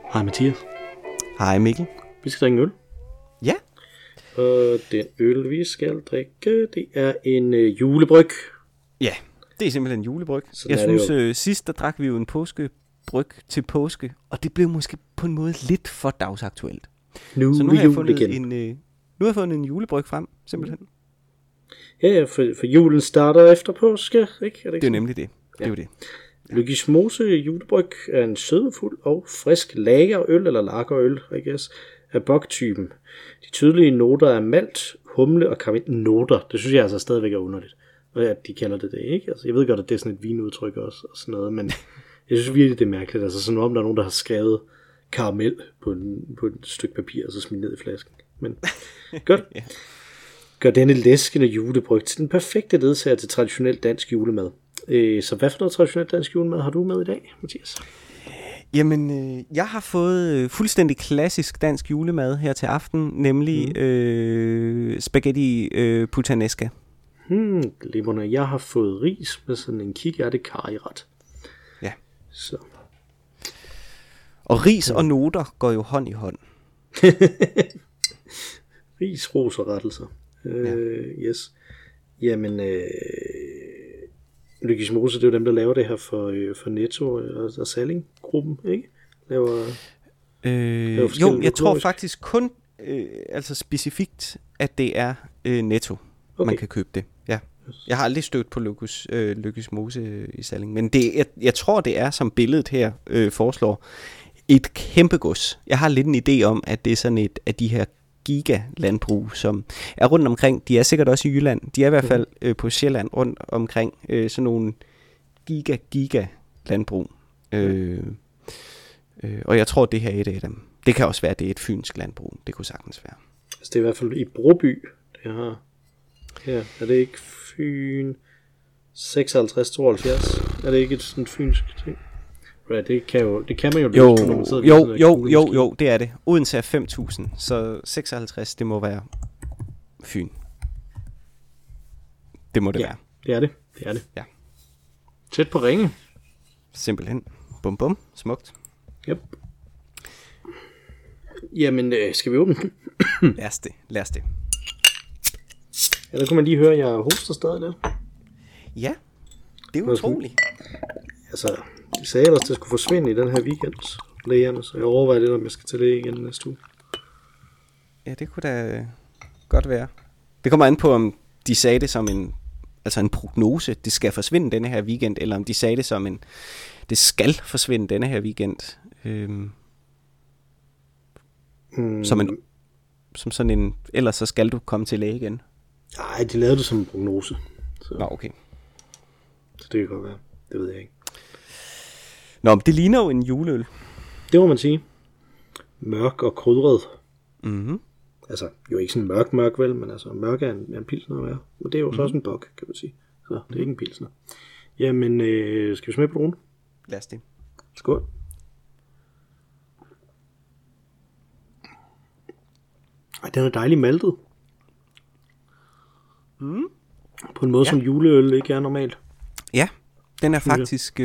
Hej Mathias. Hej Mikkel. Vi skal drikke en øl. Ja. Og den øl vi skal drikke, det er en julebryg. Ja, det er simpelthen en julebryg. Sådan Jeg synes sidst der drak vi jo en påskebryg til påske, og det blev måske på en måde lidt for dagsaktuelt. Så nu har jeg fundet nu har jeg fundet en julebryg frem, simpelthen. Ja, for julen starter efter påske, ikke? Er det er nemlig det. Det er jo det. Løgismose julebryg er en sødmefuld og frisk lagerøl, eller lagerøl, I guess, af boktypen. De tydelige noter er malt, humle og karamel. Noter, det synes jeg altså stadigvæk er underligt, at de kalder det, ikke? Altså, jeg ved godt, at det er sådan et vinudtryk også, og sådan noget, men jeg synes virkelig, det er mærkeligt. Altså, sådan om der er nogen, der har skrevet karamel på et stykke papir, og så smidt ned i flasken. Men godt. Ja. Gør denne læskende julebryg til den perfekte ledsager til traditionel dansk julemad. Så hvad for noget traditionelt dansk julemad har du med i dag, Mathias? Jamen, jeg har fået fuldstændig klassisk dansk julemad her til aften, nemlig spaghetti puttanesca. Glimrende. Jeg har fået ris med sådan en kikærte karryret. Ja. Så. Og ris og noter går jo hånd i hånd. Ris, ros og rettelser. Yes. Jamen, Løgismose, det er jo dem, der laver det her for Netto og Salling-gruppen, ikke? Laver jo, jeg tror faktisk kun altså specifikt, at det er Netto, man kan købe det. Ja. Jeg har aldrig stødt på Løgismose i Salling, men jeg tror, det er, som billedet her foreslår, et kæmpe gods. Jeg har lidt en idé om, at det er sådan et af de her gigalandbrug, som er rundt omkring. De er sikkert også i Jylland. De er i hvert fald på Sjælland rundt omkring sådan nogle gigalandbrug. Og jeg tror, det her er et af dem. Det kan også være, at det er et fynsk landbrug. Det kunne sagtens være. Altså, det er i hvert fald i Broby. Det har her. Er det ikke Fyn 56-72? Er det ikke et sådan fynsk ting? Right, det kan man jo Jo, det er det. Odense er 5.000, så 56, det må være Fyn. Det må det være. Det er det. Ja. Tæt på ringe. Simpelthen. Bum bum. Smukt. Yep. Jamen, skal vi åbne den? Lad os det. Ja, der kunne man lige høre, at jeg hoster stadig lidt. Ja, det er utroligt. Altså, de sagde ellers, at det skulle forsvinde i den her weekend, lægerne, så jeg overvejer lidt, om jeg skal til læge igen næste uge. Ja, det kunne da godt være. Det kommer an på, om de sagde det som en prognose, det skal forsvinde denne her weekend, eller om de sagde det som det skal forsvinde denne her weekend. Som sådan en, ellers så skal du komme til læge igen. Nej, de lavede det som en prognose. Så. Nå, okay. Så det kan godt være. Det ved jeg ikke. Nå, men det ligner jo en juleøl. Det må man sige. Mørk og krydret. Mhm. Altså, jo ikke sådan mørk vel, men altså mørk er en pilsner at være. Og det er jo så også en bok, kan man sige. Så det er ikke en pilsner. Jamen, skal vi smage på den? Lad os det. Skål. Ej, den er dejligt maltet. På en måde, som juleøl ikke er normalt. Ja, den er faktisk...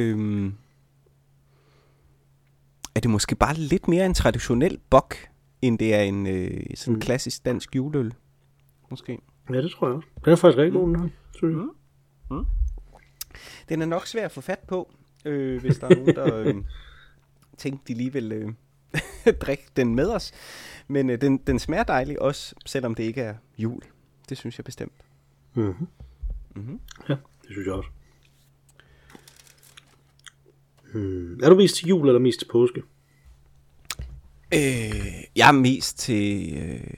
er det måske bare lidt mere en traditionel bok, end det er en sådan klassisk dansk juleøl? Måske. Ja, det tror jeg også. Den er faktisk rigtig god, den her, synes jeg. Den er nok svær at få fat på, hvis der er nogen, der tænkte, de lige vil drikke den med os. Men den smager dejligt også, selvom det ikke er jul. Det synes jeg bestemt. Ja, det synes jeg også. Er du mest til jul eller mest til påske? Jeg er mest til...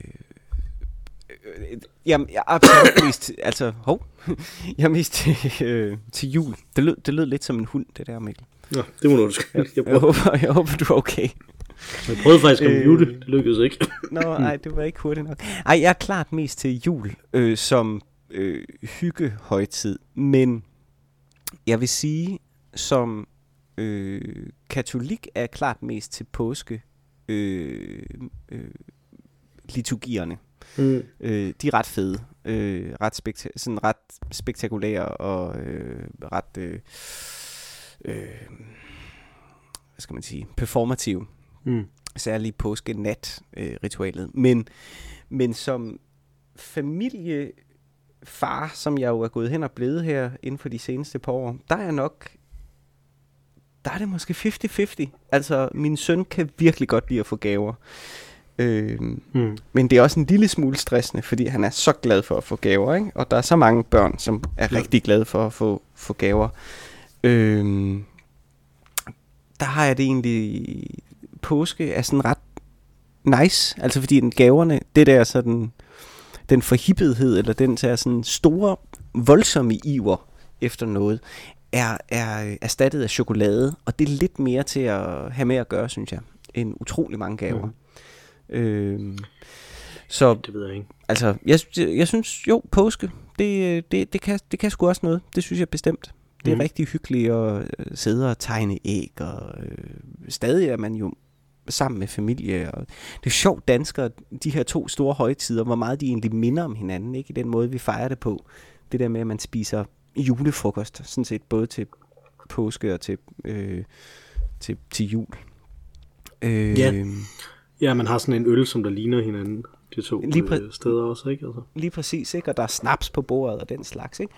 jeg er absolut mest til... Altså, jeg er mest til jul. Det lød lidt som en hund, det der, Mikkel. Nå, det må du undskylde. Jeg håber, du er okay. Jeg prøvede faktisk at mute, det lykkedes ikke. Nej, det var ikke hurtigt nok. Ej, jeg er klart mest til jul som hyggehøjtid, men jeg vil sige, som katolik er klart mest til påske liturgierne. De er ret fede, ret spektakulære og ret hvad skal man sige, performative. Særligt påskenat-ritualet. Men som familiefar, som jeg jo er gået hen og blevet her inden for de seneste par år, der er det måske 50-50. Altså, min søn kan virkelig godt lide at få gaver. Men det er også en lille smule stressende, fordi han er så glad for at få gaver, ikke? Og der er så mange børn, som er rigtig glade for at få gaver. Der har jeg det egentlig... Påske er sådan ret nice, altså fordi den gaverne, det der sådan... Den forhippethed, eller den der sådan store, voldsomme iver efter noget, er erstattet af chokolade, og det er lidt mere til at have med at gøre, synes jeg, end utrolig mange gaver. Så det ved jeg ikke. Altså, jeg synes jo, påske, det kan sgu også noget. Det synes jeg bestemt. Det er rigtig hyggeligt at sidde og tegne æg, og stadig er man jo sammen med familie. Og det er sjovt, danskere, de her 2 store højtider, hvor meget de egentlig minder om hinanden, ikke? I den måde, vi fejrer det på. Det der med, at man spiser julefrokost, sådan set både til påske og til jul. Ja, man har sådan en øl, som der ligner hinanden, de 2 steder også, ikke? Altså. Lige præcis, ikke? Og der er snaps på bordet og den slags, ikke?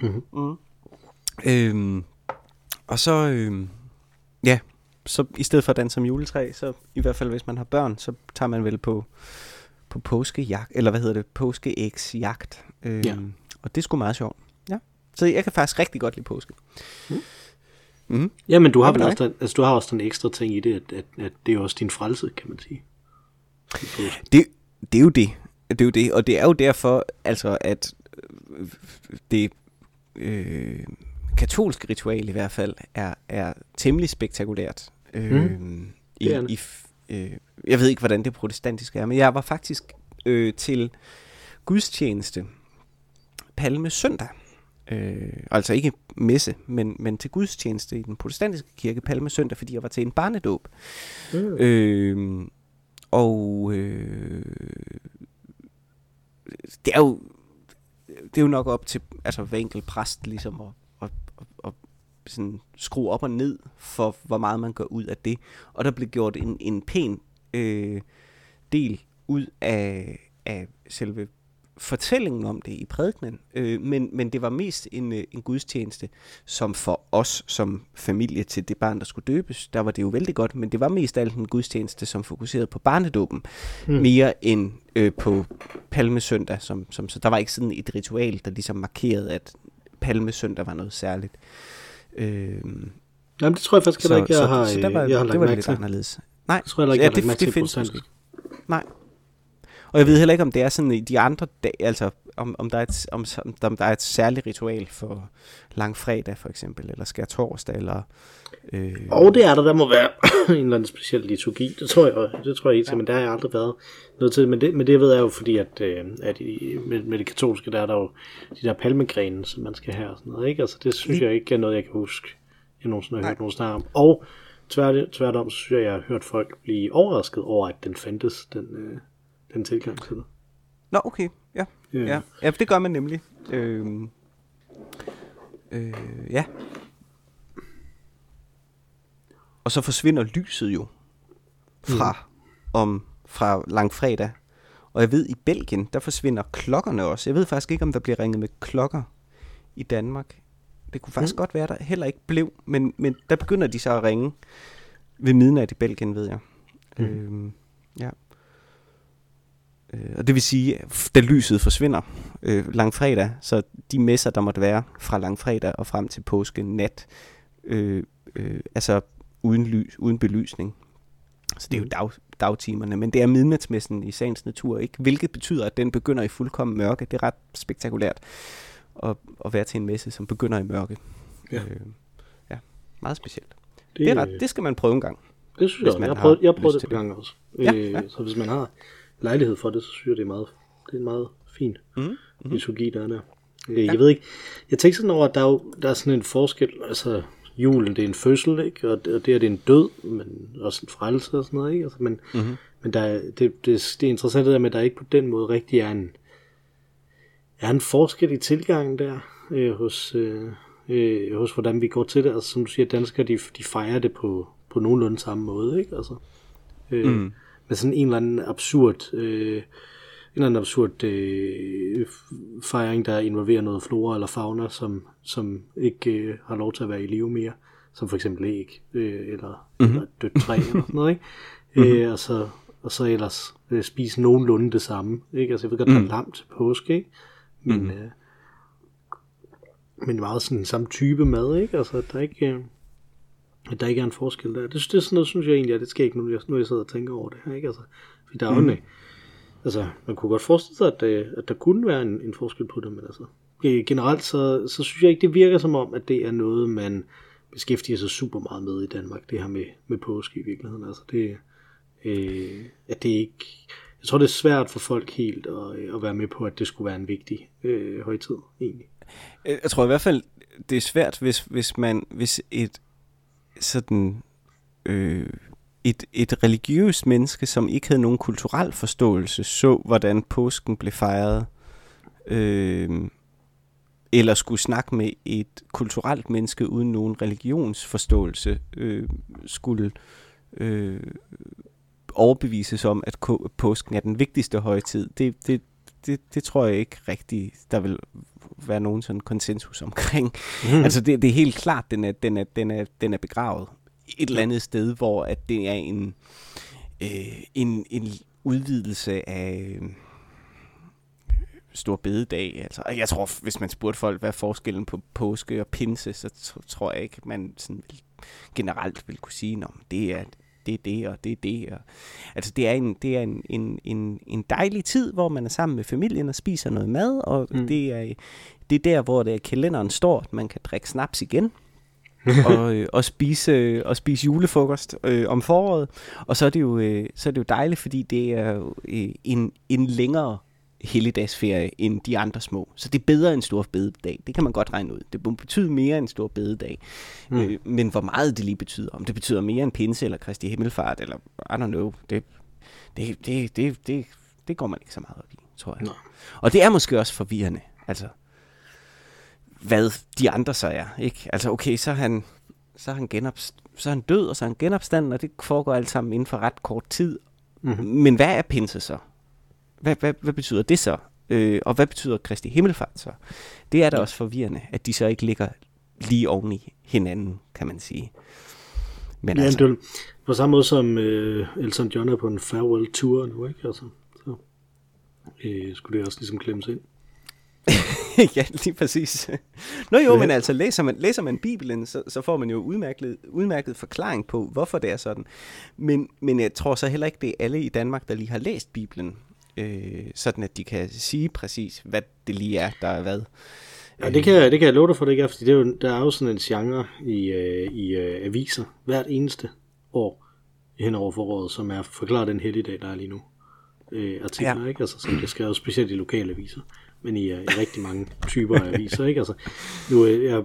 Og så, så i stedet for at danse som juletræ, så i hvert fald hvis man har børn, så tager man vel på påskejagt, eller hvad hedder det, påskeægsjagt. Og det er sgu meget sjovt. Ja. Så jeg kan faktisk rigtig godt lide påske. Ja, men du har vel også, du har også den ekstra ting i det, at det er også din frelse, kan man sige. Det er jo det. Det er jo det, og det er jo derfor, altså, at det katolske ritual i hvert fald er temmelig spektakulært. Jeg ved ikke, hvordan det protestantiske er, men jeg var faktisk til gudstjeneste Palmesøndag. Altså ikke messe, men til gudstjeneste i den protestantiske kirke Palmesøndag, fordi jeg var til en barnedåb. Det er jo nok op til altså hver enkelt præst ligesom at sådan skrue op og ned for hvor meget man gør ud af det. Og der blev gjort en pæn del ud af selve fortællingen om det i prædikenen, men det var mest en gudstjeneste, som for os som familie til det barn, der skulle døbes, der var det jo vældig godt, men det var mest alt en gudstjeneste, som fokuserede på barnedåben, mere end på Palmesøndag, så der var ikke sådan et ritual, der ligesom markerede, at Palmesøndag var noget særligt. Jamen, det tror jeg faktisk ikke, jeg har lagt mærke til. Anderledes. Nej, det tror jeg ikke, jeg har lagt mærke til procent. Nej. Og jeg ved heller ikke, om det er sådan i de andre dage, altså om der er et særligt ritual for langfredag for eksempel, eller skærtorsdag, eller... Og det er der må være en eller anden speciel liturgi, det tror jeg ikke til, men der har jeg aldrig været noget til. Men det ved jeg jo, fordi at med det katolske, der er der jo de der palmegrene, som man skal have og sådan noget, ikke? Altså det synes jeg ikke er noget, jeg kan huske, jeg nogensinde har hørt nogen snakke om. Og tværtom, så synes jeg har hørt folk blive overrasket over, at den fandtes, den tilgang til det. Nå, okay, ja. Ja, det gør man nemlig. Ja. Og så forsvinder lyset jo fra langfredag. Og jeg ved, i Belgien, der forsvinder klokkerne også. Jeg ved faktisk ikke, om der bliver ringet med klokker i Danmark. Det kunne faktisk godt være, der heller ikke blev. Men der begynder de så at ringe ved midnat i Belgien, ved jeg. Ja. Og det vil sige, da lyset forsvinder langfredag, så de messer, der måtte være fra langfredag og frem til påske nat, altså uden belysning. Så det er jo dagtimerne, men det er midnatsmessen i sagens natur, ikke? Hvilket betyder, at den begynder i fuldkommen mørke. Det er ret spektakulært at være til en messe, som begynder i mørke. Ja, meget specielt. Det skal man prøve en gang. Det synes jeg. Jeg har prøvet det på gang også. Så hvis man har lejlighed for det, så synes jeg, det er en meget fin liturgi, der er der. Jeg ved ikke, jeg tænker sådan over, at der er sådan en forskel, altså julen, det er en fødsel, ikke? Og det er en død, men også en frelse og sådan noget, ikke? Altså, men der er, det er interessant det der med, at der ikke på den måde rigtig er en forskel i tilgangen der, hos hvordan vi går til det. Altså som du siger, danskere, de fejrer det på nogenlunde samme måde, ikke? Altså. Med sådan en eller anden absurd fejring, der involverer noget flora eller fauna, som ikke har lov til at være i live mere, som for eksempel æg, eller et dødt træ, eller sådan noget, ikke? Og så ellers spise nogenlunde det samme, ikke? Altså jeg ved godt, der er lam til påske, ikke? Men meget sådan samme type mad, ikke? Altså der ikke er en forskel der. Det er sådan noget, synes jeg egentlig, at det sker ikke, nu jeg sidder og tænker over det her, ikke? Altså, fordi der er altså, man kunne godt forestille sig, at der kunne være en forskel på det, men altså, generelt så synes jeg ikke, det virker som om, at det er noget, man beskæftiger sig super meget med i Danmark, det her med påske i virkeligheden. Altså, at det ikke, jeg tror, det er svært for folk helt at være med på, at det skulle være en vigtig højtid, egentlig. Jeg tror i hvert fald, det er svært, hvis et sådan et religiøst menneske, som ikke havde nogen kulturel forståelse, så hvordan påsken blev fejret, eller skulle snakke med et kulturelt menneske uden nogen religionsforståelse, skulle overbevises om, at påsken er den vigtigste højtid. Det tror jeg ikke rigtigt, der vil være nogen sådan konsensus omkring. Altså det er helt klart, den er begravet et eller andet sted, hvor at det er en udvidelse af stor bededag. Altså, jeg tror, hvis man spurgte folk, hvad er forskellen på påske og pinse, så tror jeg ikke, man sådan generelt vil kunne sige, at det er det, og det er det. Og, altså, det er en dejlig tid, hvor man er sammen med familien og spiser noget mad, og det er der, hvor det kalenderen står, at man kan drikke snaps igen. og spise julefrokost om foråret, og så er det jo dejligt, fordi det er jo en længere helligdagsferie end de andre små. Så det er bedre end stor bededag. Det kan man godt regne ud. Det betyder mere end stor bededag. Men hvor meget det lige betyder, om det betyder mere end pinse eller Kristi himmelfart eller I don't know, det går man ikke så meget op i, tror jeg. Og det er måske også forvirrende. Altså hvad de andre så er, ikke? Altså okay, så er han død, og så er han genopstanden, og det foregår alt sammen inden for ret kort tid. Men hvad er pinse så? Hvad betyder det så? Og hvad betyder Kristi himmelfart så? Det er da også forvirrende, at de så ikke ligger lige oven i hinanden, kan man sige. Men ja, altså, på samme måde som Elton John er på en farewell tour nu, ikke? Altså, så skulle det også ligesom klemmes ind. Ja, lige præcis. Nå jo, men altså læser man Bibelen, så får man jo udmærket forklaring på, hvorfor det er sådan. Men jeg tror så heller ikke, det er alle i Danmark, der lige har læst Bibelen, sådan at de kan sige præcis, hvad det lige er, der er hvad. Ja, det kan jeg love dig for, det ikke er, fordi der er jo sådan en genre i aviser hvert eneste år hen over foråret, som er forklaret den helligdag, der er lige nu. Artikler, ikke? Altså, som det skrevet specielt i lokale aviser, men i rigtig mange typer af aviser, ikke? Altså, nu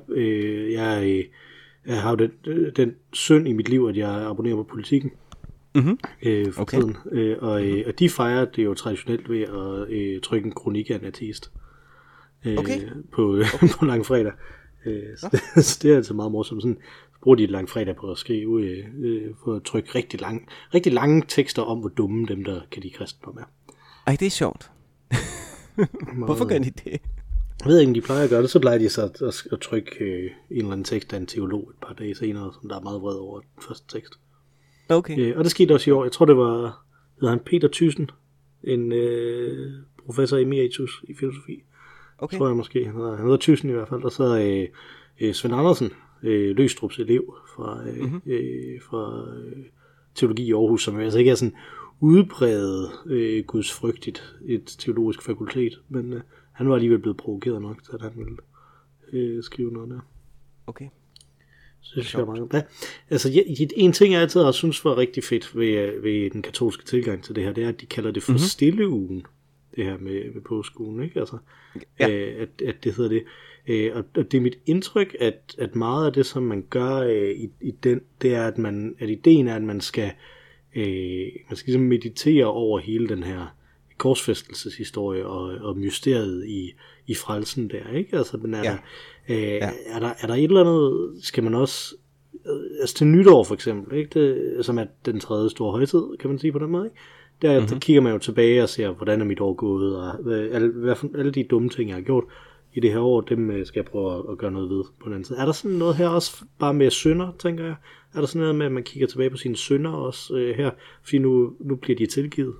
jeg har jo den synd i mit liv, at jeg abonnerer på Politikken for tiden, og de fejrer det jo traditionelt ved at trykke en kronik af en ateist på langfredag. Så det er altså meget morsomt. Sådan bruger de et langfredag på at skrive, for at trykke rigtig lange tekster om, hvor dumme dem, der kan lide kristendom er. Ej, det er sjovt. Hvorfor gør de det? Jeg ved ikke, om de plejer at gøre det, så plejer de så at trykke en eller anden tekst af en teolog et par dage senere, som der er meget vred over den første tekst. Okay. Og det skete også i år. Jeg tror, det var han Peter Thyssen, en professor emeritus i filosofi. Okay. Tror jeg måske. Han hedder Thyssen i hvert fald. Og så Svend Andersen, Løgstrups elev fra teologi i Aarhus, som altså ikke er sådan udbredet gudsfrygtigt et teologisk fakultet, men han var alligevel blevet provokeret nok til, at han ville skrive noget der. Okay. Så synes jeg meget. Ja. Altså, en ting jeg altid har synes var rigtig fedt ved den katolske tilgang til det her, det er, at de kalder det for stilleugen, det her med påskeugen, ikke? Altså, at det hedder det. Og det er mit indtryk, at meget af det, som man gør i den, det er, at ideen er, at man skal ligesom meditere over hele den her korsfæstelseshistorie og mysteriet i frelsen der, ikke? Altså, men er der et eller andet, skal man også altså til nytår for eksempel, ikke? Det, som er den tredje store højtid, kan man sige på den måde, ikke? Der kigger man jo tilbage og ser, hvordan er mit år gået, og alle de dumme ting, jeg har gjort i det her år, dem skal jeg prøve at gøre noget ved på den anden side. Er der sådan noget her også, bare med synder, tænker jeg? Er der sådan noget med, at man kigger tilbage på sine synder også her, fordi nu bliver de tilgivet?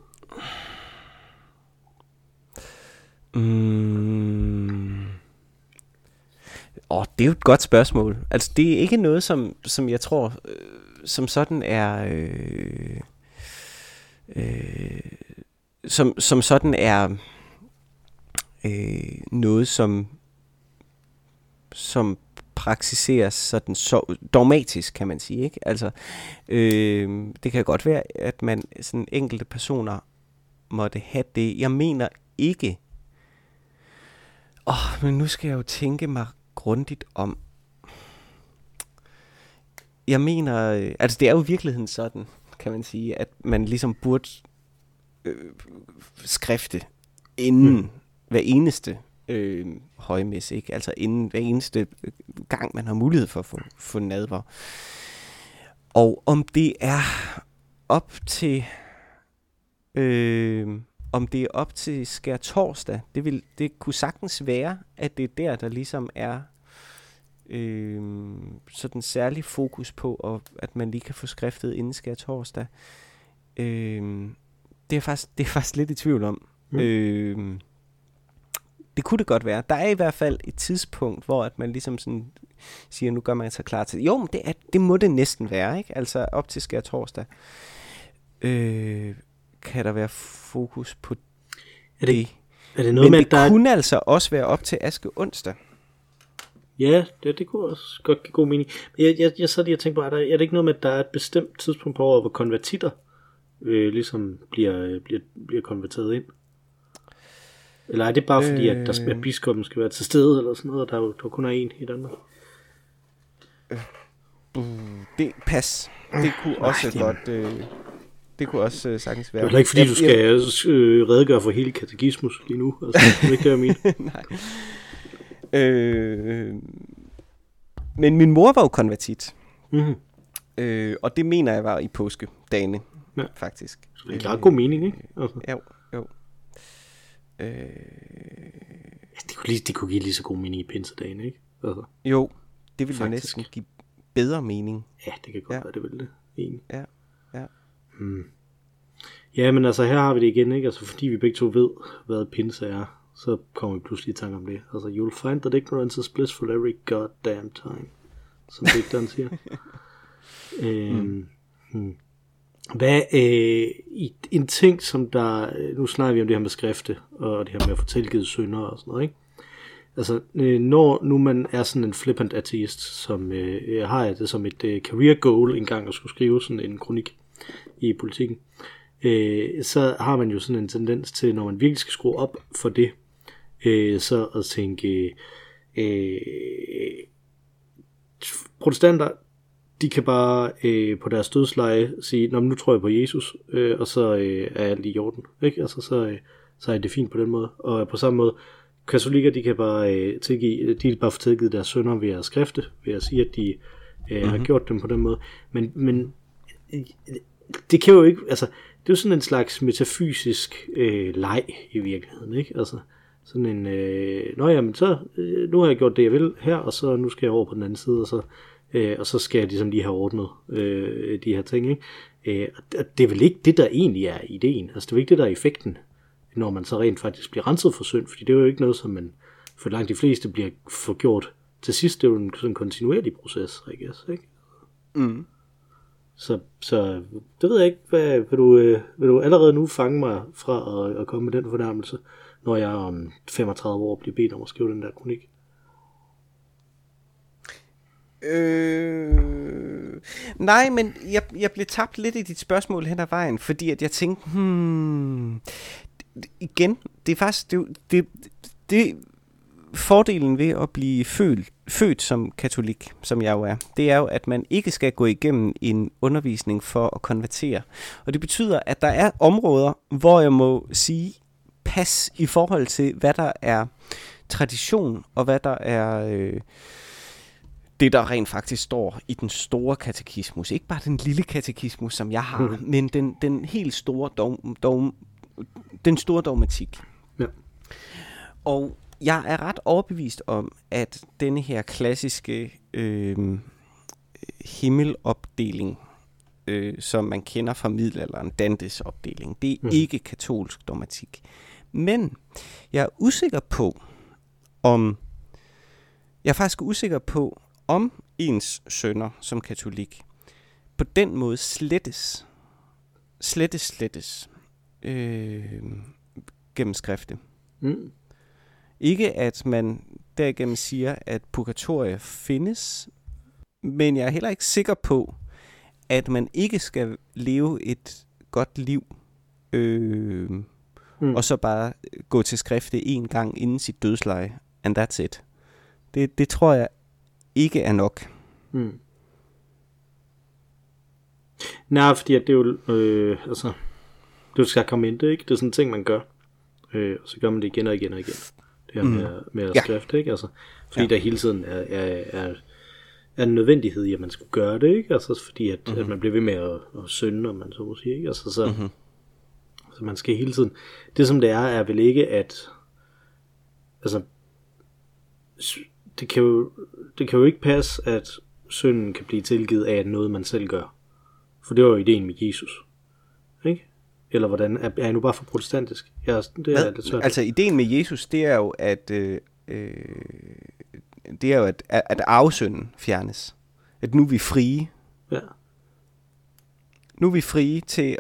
Det er jo et godt spørgsmål. Altså, det er ikke noget, som jeg tror, som sådan er... som sådan er noget, som praksiseres sådan så dogmatisk, kan man sige, ikke? Altså, det kan godt være, at man sådan enkelte personer måtte have det. Jeg mener ikke. Men nu skal jeg jo tænke mig grundigt om. Jeg mener, altså det er jo i virkeligheden sådan, kan man sige, at man ligesom burde skrifte inden hver eneste højmesse, ikke? Altså inden hver eneste gang, man har mulighed for at få nadver. Og om det er op til skærtorsdag, det kunne sagtens være, at det er der ligesom er sådan særlig fokus på, at man lige kan få skriftet inden skærtorsdag. Det er faktisk lidt i tvivl om. Det kunne det godt være. Der er i hvert fald et tidspunkt, hvor at man ligesom sådan siger, nu gør man sig klar til. Jo, men det må det næsten være, ikke? Altså op til skærtorsdag. Kan der være fokus på det? Er det noget, men det kunne altså også være op til aske onsdag. Ja, det kunne også godt give god mening. Men jeg sad lige og tænkte på, er det ikke noget med, at der er et bestemt tidspunkt på året, hvor konvertitter ligesom bliver konverteret ind? Eller er det bare fordi, at der biskoppen skal være til stede, eller sådan noget, og der kun er en i Danmark? Det pas. Det kunne også godt... Det kunne også sagtens være. Det er ikke fordi, du skal redegøre for hele katekismus lige nu. Altså, det er ikke det, jeg mener. Nej. Men min mor var jo konvertit. Mm-hmm. Og det mener jeg var i påskedagene, faktisk. Så det er klart god mening, ikke? Altså. Jo. Det kunne give lige så god mening i pinsedagen, ikke? Altså. Jo, det ville jo næsten give bedre mening. Ja, det kan godt være, det ville det. Egentlig. Ja. Ja, men altså her har vi det igen, ikke? Altså fordi vi begge to ved, hvad pinse er, så kommer vi pludselig i tanke om det. Altså, you'll find that ignorance is blissful every goddamn time, som digteren siger. Hvad en ting, som der, nu snakker vi om det her med skrifte, og det her med at få tilgivet synder og sådan noget, ikke? Altså, når nu man er sådan en flippant atheist, som har det som et career goal engang at skulle skrive sådan en kronik i Politiken, så har man jo sådan en tendens til, når man virkelig skal skrue op for det, så at tænke, protestanter, de kan bare på deres dødsleje sige, nå, men nu tror jeg på Jesus, og så er alt i orden, ikke? Altså, så er det fint på den måde. Og på samme måde, katolikker, de kan bare få tilgivet deres synder ved at skrifte, ved at sige, at de har gjort dem på den måde. Men det kan jo ikke, altså, det er jo sådan en slags metafysisk leg i virkeligheden, ikke? Altså, sådan en, nu har jeg gjort det, jeg vil her, og så nu skal jeg over på den anden side, og så skal jeg ligesom lige have ordnet de her ting, ikke? Det er vel ikke det, der egentlig er ideen. Altså, det er jo ikke det, der er effekten, når man så rent faktisk bliver renset for synd, fordi det er jo ikke noget, som man for langt de fleste bliver forgjort til sidst. Det er jo en sådan kontinuerlig proces, I guess, ikke? Mm. Så det ved jeg ikke, vil du allerede nu fange mig fra at komme med den fornærmelse, når jeg om 35 år bliver bedt om at skrive den der kronik? Nej, men jeg blev tabt lidt i dit spørgsmål hen ad vejen, fordi at jeg tænkte, igen, det er faktisk, det fordelen ved at blive født som katolik, som jeg jo er, det er jo, at man ikke skal gå igennem en undervisning for at konvertere. Og det betyder, at der er områder, hvor jeg må sige pas i forhold til, hvad der er tradition, og hvad der er det, der rent faktisk står i den store katekismus. Ikke bare den lille katekismus, som jeg har, men den helt store den store dogmatik. Ja. Og jeg er ret overbevist om, at denne her klassiske himmelopdeling, som man kender fra middelalderen, Dantes opdeling, det er ikke katolsk dogmatik. Men jeg er faktisk usikker på, om ens synder som katolik på den måde slettes gennem skrifte. Ikke at man derigennem siger, at purgatorie findes, men jeg er heller ikke sikker på, at man ikke skal leve et godt liv, og så bare gå til skrifte en gang inden sit dødsleje, and that's it. Det tror jeg ikke er nok. Nej, fordi at det er jo, altså, det er jo sakramente, ikke? Det er sådan en ting, man gør. Og så gør man det igen og igen og igen. Det her med skrift, ikke? Altså, fordi der hele tiden er en nødvendighed i, at man skulle gøre det, ikke? Altså, fordi at man bliver ved med at synde, om man så må sige, ikke? Altså, så man skal hele tiden... Det som det er vel ikke, at... Altså... Det kan jo ikke passe, at synden kan blive tilgivet af noget, man selv gør. For det var jo ideen med Jesus. Ikke? Eller hvordan? Er jeg nu bare for protestantisk? Ja, det er lidt svært. Altså, ideen med Jesus, det er jo, at arvesynden fjernes. At nu er vi frie. Ja. Nu er vi frie til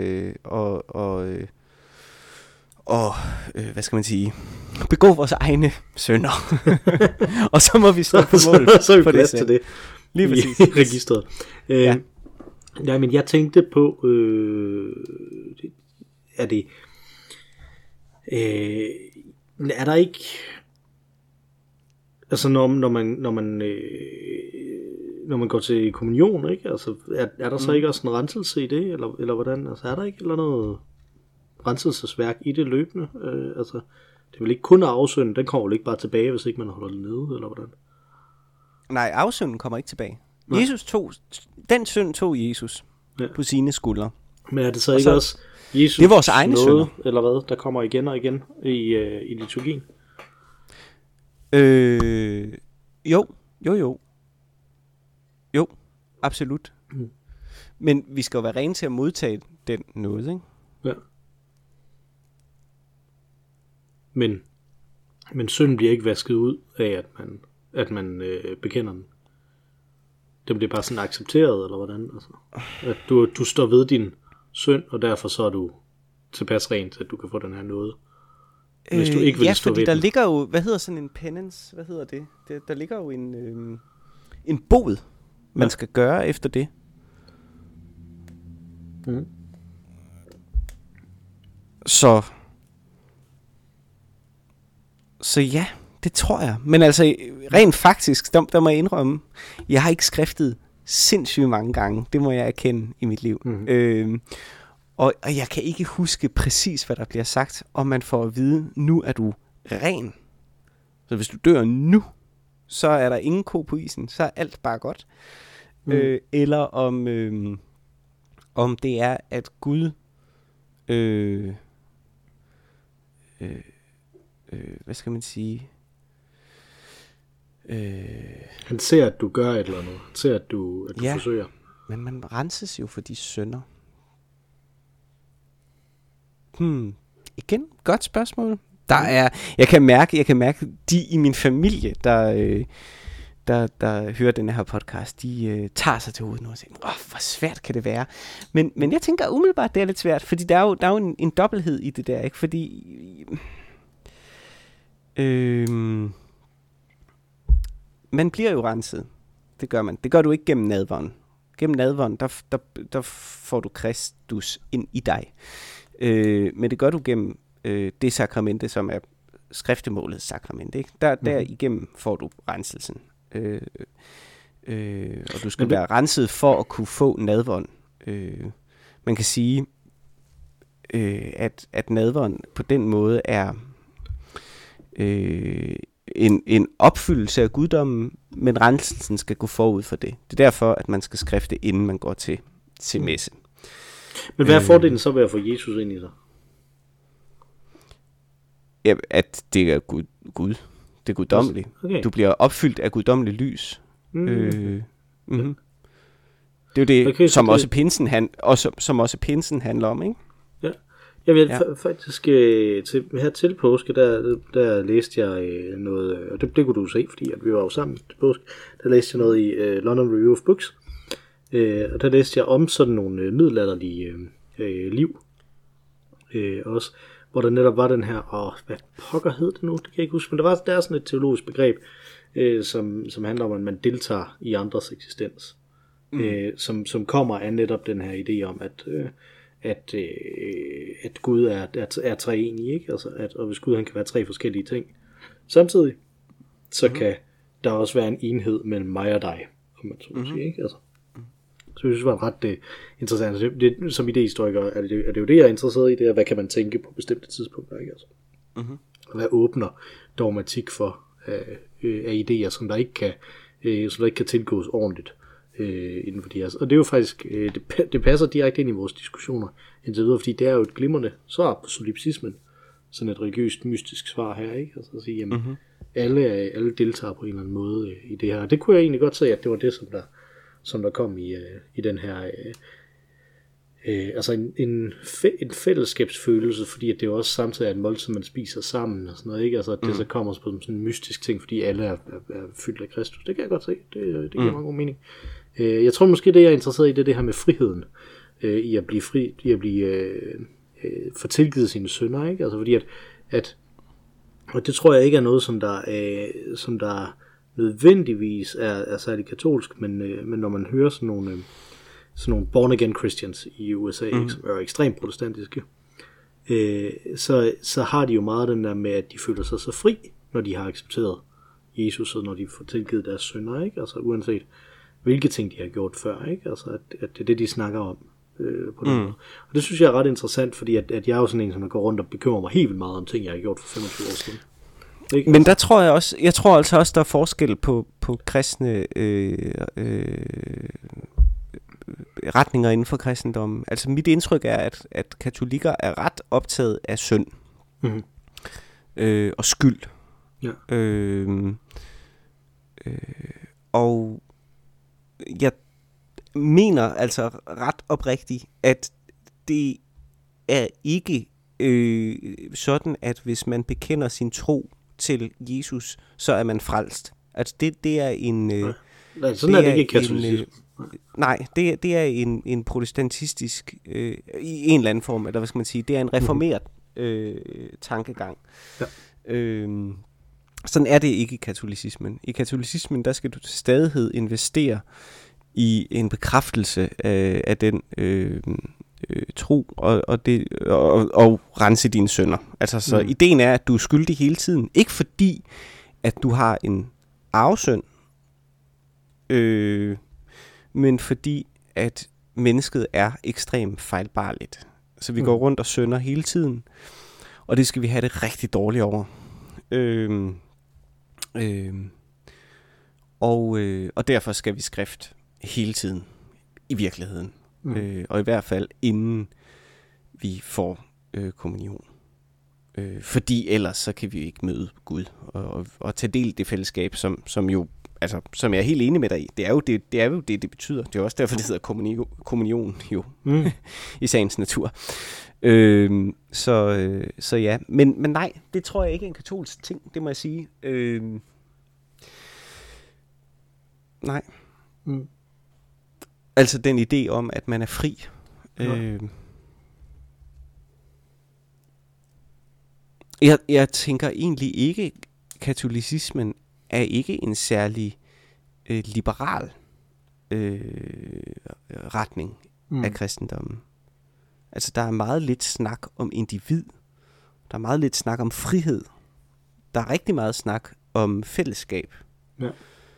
at hvad skal man sige, begå vores egne synder. Og så må vi stå på mål så er vi plads til det. Lige præcis. I registret. Nej, men jeg tænkte på, er der ikke, altså når man går til kommunion, ikke? Altså er der så ikke også en renselse i det, eller hvordan? Altså er der ikke eller noget renselsesværk i det løbende? Altså det er vel ikke kun arvesynden, den kommer vel ikke bare tilbage, hvis ikke man holder det nede, eller hvordan? Nej, arvesynden kommer ikke tilbage. Den synd tog Jesus på sine skuldre. Men er det så ikke også Jesus, det er vores egne synder, eller hvad, der kommer igen og igen i liturgien? Jo, absolut. Men vi skal jo være rene til at modtage den noget, ikke? Ja. Men synden bliver ikke vasket ud af, at man bekender den. Den bliver bare sådan accepteret, eller hvordan? Altså, at du står ved din synd, og derfor så er du tilpas rent, at du kan få den her nåde. Hvis du ikke vil stå ved der den. ligger jo, hvad hedder sådan en penance? Hvad hedder det? Der ligger jo en bod, man skal gøre efter det. Så ja, det tror jeg. Men altså, rent faktisk, der må jeg indrømme, jeg har ikke skriftet sindssygt mange gange. Det må jeg erkende i mit liv. Og jeg kan ikke huske præcis, hvad der bliver sagt, og man får at vide, nu er du ren. Så hvis du dør nu, så er der ingen ko på isen, så er alt bare godt. Eller om det er, at Gud hvad skal man sige? Han ser, at du gør et eller andet. Han ser, at du forsøger. Men man renses jo for de synder. Igen, godt spørgsmål. Jeg kan mærke, de i min familie, der hører den her podcast, de tager sig til hovedet nu og siger, hvor svært kan det være? Men jeg tænker umiddelbart, det er lidt svært, fordi der er jo en dobbelthed i det der, ikke? Fordi man bliver jo renset. Det gør man. Det gør du ikke gennem nadveren. Gennem nadveren, der får du Kristus ind i dig. Men det gør du gennem det sakramente, som er skriftemålets sakramente. Ikke? Der igennem får du renselsen. Og du skal være renset for at kunne få nadveren. Man kan sige, at nadveren på den måde er en opfyldelse af guddommen, men renselsen skal gå forud for det. Det er derfor, at man skal skrifte, inden man går til messe. Men hvad er fordelen så ved at få Jesus ind i dig? Ja, at det er Gud. Det er guddommeligt. Okay. Du bliver opfyldt af guddommeligt lys. Det er jo det, okay, som også pinsen handler om, ikke? Ja. Jeg ved faktisk til påske, der læste jeg noget, og det kunne du se, fordi at vi var jo sammen til påske. Der læste jeg noget i London Review of Books, og der læste jeg om sådan nogle middelalderlige liv også, hvor der netop var den her, hvad pokker hed det nu, det kan jeg ikke huske, men der er sådan et teologisk begreb, som handler om, at man deltager i andres eksistens, som kommer af netop den her idé om, at Gud er treenig, ikke? Altså, og hvis Gud han kan være tre forskellige ting samtidig, så kan der også være en enhed mellem mig og dig, om man så må sige, ikke? Altså, så jeg synes, det var ret interessant. Det, som idehistoriker er det jo det, jeg er interesseret i, det er, hvad kan man tænke på bestemte tidspunkter, ikke? Altså. Hvad åbner dogmatik for af idéer, som der ikke kan tilgås ordentligt inden for de her. Og det er jo faktisk, det passer direkte ind i vores diskussioner indtil videre, fordi det er jo et glimrende svar på solipsismen, sådan et religiøst mystisk svar her, ikke? Altså at sige, jamen, alle deltager på en eller anden måde i det her. Det kunne jeg egentlig godt se, at det var det, som der kom i den her altså en fællesskabsfølelse, fordi at det jo også samtidig er en måltid, man spiser sammen og sådan noget, ikke? Altså at det så kommer på sådan en mystisk ting, fordi alle er fyldt af Kristus. Det kan jeg godt se. Det giver meget god mening. Jeg tror måske det jeg er interesseret i, det her med friheden, i at blive fri, i at blive få tilgivet sine synder, ikke? Altså fordi at og det tror jeg ikke er noget som der nødvendigvis er særlig katolsk, men når man hører sådan nogle born-again Christians i USA, ikke, som er ekstremt protestantiske, så har de jo meget den der med, at de føler sig så fri, når de har accepteret Jesus, og når de får tilgivet deres synder, ikke? Altså uanset hvilke ting de har gjort før, ikke? Altså at det er det, de snakker om på den måde. Og det synes jeg er ret interessant, fordi at jeg er jo sådan en, som der går rundt og bekymrer mig helt vildt meget om ting, jeg har gjort for 25 år siden. Ikke? Men der tror jeg tror altså også, der er forskel på kristne retninger inden for kristendommen. Altså mit indtryk er, at katolikker er ret optaget af synd og skyld. Ja. Og jeg mener altså ret oprigtigt, at det er ikke sådan, at hvis man bekender sin tro til Jesus, så er man frelst. Altså det er en... Nej, sådan er det ikke katolicisme. Nej, det er en protestantistisk i en eller anden form, eller hvad skal man sige, det er en reformeret tankegang. Ja. Sådan er det ikke i katolicismen. I katolicismen, der skal du til stadighed investere i en bekræftelse af den tro og rense dine synder. Altså så ideen er, at du er skyldig hele tiden. Ikke fordi, at du har en arvesynd, men fordi, at mennesket er ekstremt fejlbarligt. Så vi går rundt og synder hele tiden, og det skal vi have det rigtig dårligt over. Og derfor skal vi skrift hele tiden i virkeligheden. Og i hvert fald inden vi får kommunion. Fordi ellers så kan vi ikke møde Gud og tage del i det fællesskab, som jo, altså, som jeg er helt enig med dig i. Det er jo det betyder. Det er også derfor, det hedder kommunion jo, i sagens natur. Så ja, men nej, det tror jeg ikke er en katolsk ting, det må jeg sige. Nej. Altså den idé om, at man er fri. Jeg tænker egentlig ikke, katolicismen er ikke en særlig liberal retning af kristendommen. Altså der er meget lidt snak om individ. Der er meget lidt snak om frihed. Der er rigtig meget snak om fællesskab. Ja.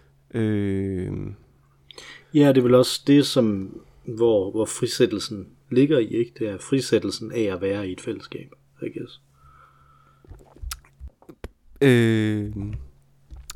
Ja, det er vel også det, hvor frisættelsen ligger i, ikke? Det er frisættelsen af at være i et fællesskab, I guess.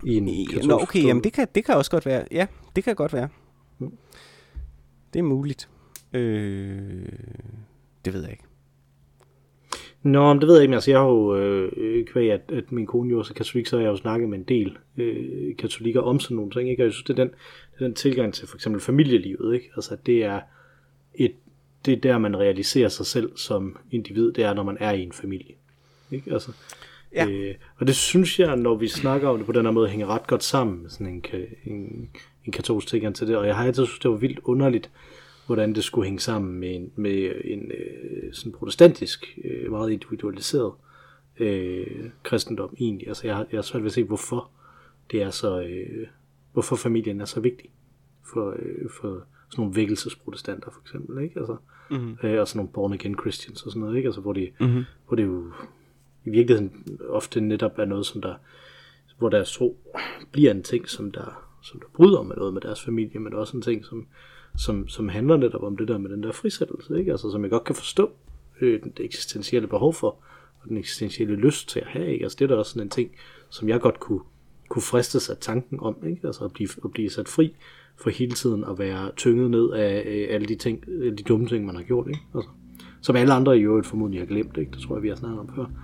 i en katolsk Nå, okay, jamen det kan også godt være. Ja, det kan godt være. Det er muligt. Det ved jeg ikke. Nå, men det ved jeg ikke. Altså, jeg har jo kvæg, at min kone jo også er katolik, så har jeg jo snakket med en del katolikker om sådan nogle ting, ikke? Og jeg synes, det er den tilgang til for eksempel familielivet, ikke? Altså, det er der, man realiserer sig selv som individ, det er, når man er i en familie. Ikke? Altså, ja. Og det synes jeg, når vi snakker om det på den her måde, hænger ret godt sammen med sådan en katolsk tilgang til det. Og jeg har altid synes, det var vildt underligt, hvordan det skulle hænge sammen med en sådan protestantisk, meget individualiseret kristendom egentlig. Altså, jeg har svært ved at se, hvorfor det er så, hvorfor familien er så vigtig for sådan nogle vækkelsesprotestanter for eksempel, ikke? Altså, og sådan nogle born again Christians og sådan noget, ikke? Altså, hvor det jo i virkeligheden ofte netop er noget, hvor deres tro bliver en ting, som der bryder med noget med deres familie, men også en ting, som handler netop om det der med den der frisættelse, ikke? Altså, som jeg godt kan forstå det eksistentielle behov for, og den eksistentielle lyst til at have, ikke? Altså, det er da også sådan en ting, som jeg godt kunne fristes af tanken om, ikke? Altså, at blive sat fri for hele tiden at være tynget ned af alle de dumme ting, man har gjort, ikke? Altså, som alle andre i øvrigt formodentlig har glemt, ikke? Det tror jeg, vi har snakket om før.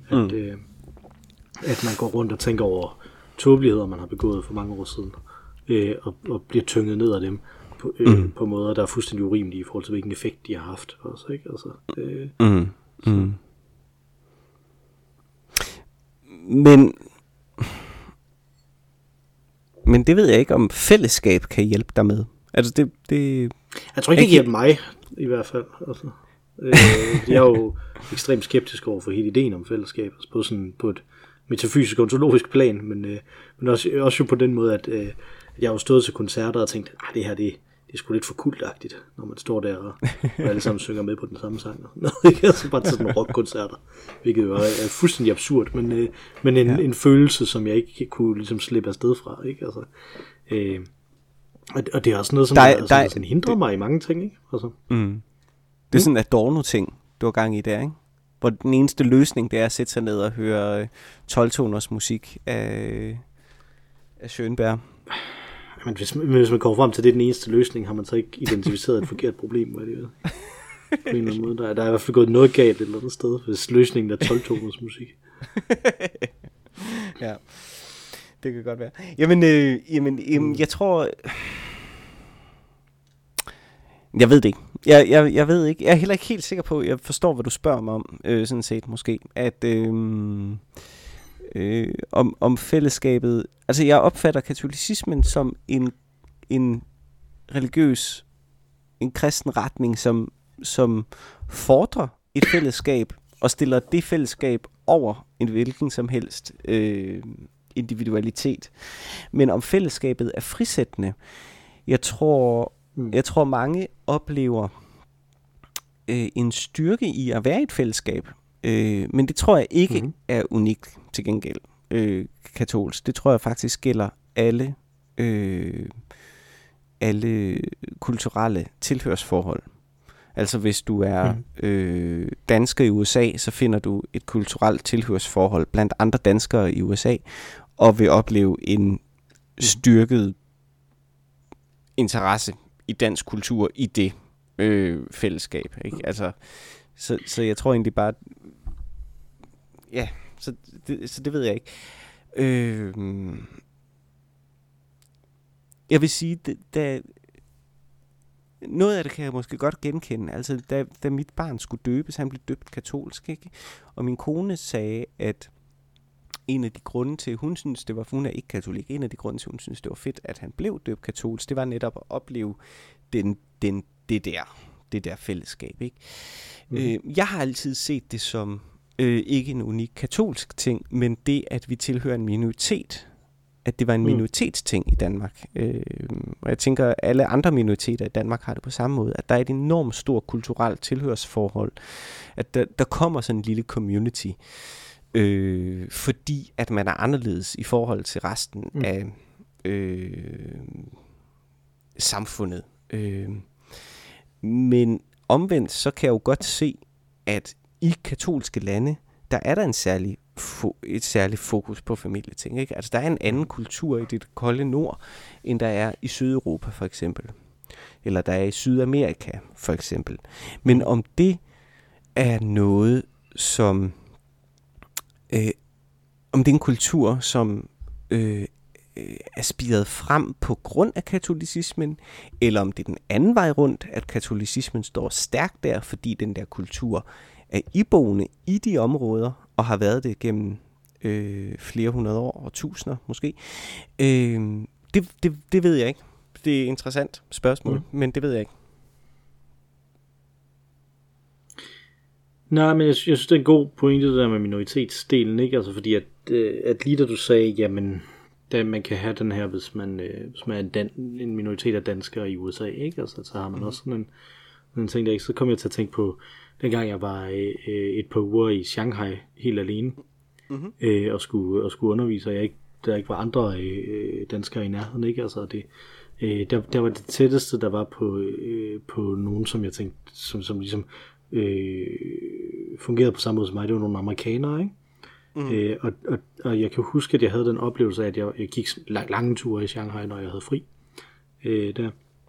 At man går rundt og tænker over tåbeligheder, man har begået for mange år siden, og bliver tynget ned af dem på måder, der er fuldstændig urimelige i forhold til, hvilken effekt de har haft også, ikke? Altså, Men det ved jeg ikke, om fællesskab kan hjælpe dig med. Altså det jeg tror ikke, det hjælper mig, i hvert fald. Altså, jeg er jo ekstremt skeptisk over for hele ideen om fællesskab, altså på et metafysisk og ontologisk plan, men også jo på den måde, at jeg har jo stået til koncerter og tænkt, det her, det er sgu lidt for kultagtigt, når man står der og alle sammen synger med på den samme sang. Altså bare til sådan nogle rockkoncerter, hvilket jo er fuldstændig absurd, men en følelse, som jeg ikke kunne ligesom slippe afsted fra, ikke? Altså, og det er også noget, som hindrer mig i mange ting, ikke? Altså. Det er sådan en Adorno-ting, du har gang i der, ikke? Hvor den eneste løsning, det er at sætte sig ned og høre 12-toners musik af Schönberg. Men hvis man kommer frem til, det er den eneste løsning, har man så ikke identificeret et forkert problem med det. På en eller anden måde. Der er i hvert fald gået noget galt et eller andet sted, hvis løsningen er 12-toners musik. Ja, det kan godt være. Jamen, jeg tror... Jeg ved det ikke. Jeg ved ikke. Jeg er heller ikke helt sikker på, jeg forstår, hvad du spørger mig om, sådan set måske, at om fællesskabet. Altså, jeg opfatter katolicismen som en religiøs, en kristen retning, som fordrer et fællesskab og stiller det fællesskab over en hvilken som helst individualitet. Men om fællesskabet er frisættende, jeg tror mange oplever en styrke i at være i et fællesskab, men det tror jeg ikke er unikt til gengæld katolsk. Det tror jeg faktisk gælder alle kulturelle tilhørsforhold. Altså hvis du er dansker i USA, så finder du et kulturelt tilhørsforhold blandt andre danskere i USA, og vil opleve en styrket interesse i dansk kultur i det fællesskab, ikke? Altså, så jeg tror egentlig bare, ja, så det ved jeg ikke. Jeg vil sige, noget af det kan jeg måske godt genkende. Altså, da mit barn skulle døbes, han blev døbt katolsk, ikke? Og min kone sagde, at en af de grunde til, hun synes det var, for hun er ikke katolik, en af de grunde til, hun synes det var fedt, at han blev døbt katolsk, det var netop at opleve det der fællesskab, ikke? Jeg har altid set det som ikke en unik katolsk ting, men det, at vi tilhører en minoritet, at det var en minoritetsting i Danmark. Og jeg tænker, at alle andre minoriteter i Danmark har det på samme måde, at der er et enormt stort kulturelt tilhørsforhold, at der kommer sådan en lille community, fordi at man er anderledes i forhold til resten af samfundet. Men omvendt, så kan jeg jo godt se, at i katolske lande, der er der en særlig et særligt fokus på familieting, ikke? Altså der er en anden kultur i det kolde nord, end der er i Sydeuropa for eksempel. Eller der er i Sydamerika for eksempel. Men om det er noget, som om det er en kultur, som er spiret frem på grund af katolicismen, eller om det er den anden vej rundt, at katolicismen står stærkt der, fordi den der kultur er iboende i de områder, og har været det gennem flere hundrede år, og tusinder måske. Det ved jeg ikke. Det er et interessant spørgsmål, men det ved jeg ikke. Nej, men jeg synes, det er en god pointe, det der med minoritetsdelen, ikke? Altså fordi, at lige da du sagde, jamen, da man kan have den her, hvis man er en minoritet af danskere i USA, ikke? Altså, så har man også sådan en ting der, ikke? Så kom jeg til at tænke på, dengang jeg var et par uger i Shanghai, helt alene, og skulle undervise, og der ikke var andre danskere i nærheden, ikke? Altså, der var det tætteste, der var på nogen, som jeg tænkte, som ligesom fungerede på samme måde som mig. Det var nogle amerikanere, ikke? Og jeg kan huske, at jeg havde den oplevelse af, at jeg gik lange ture i Shanghai, når jeg havde fri der.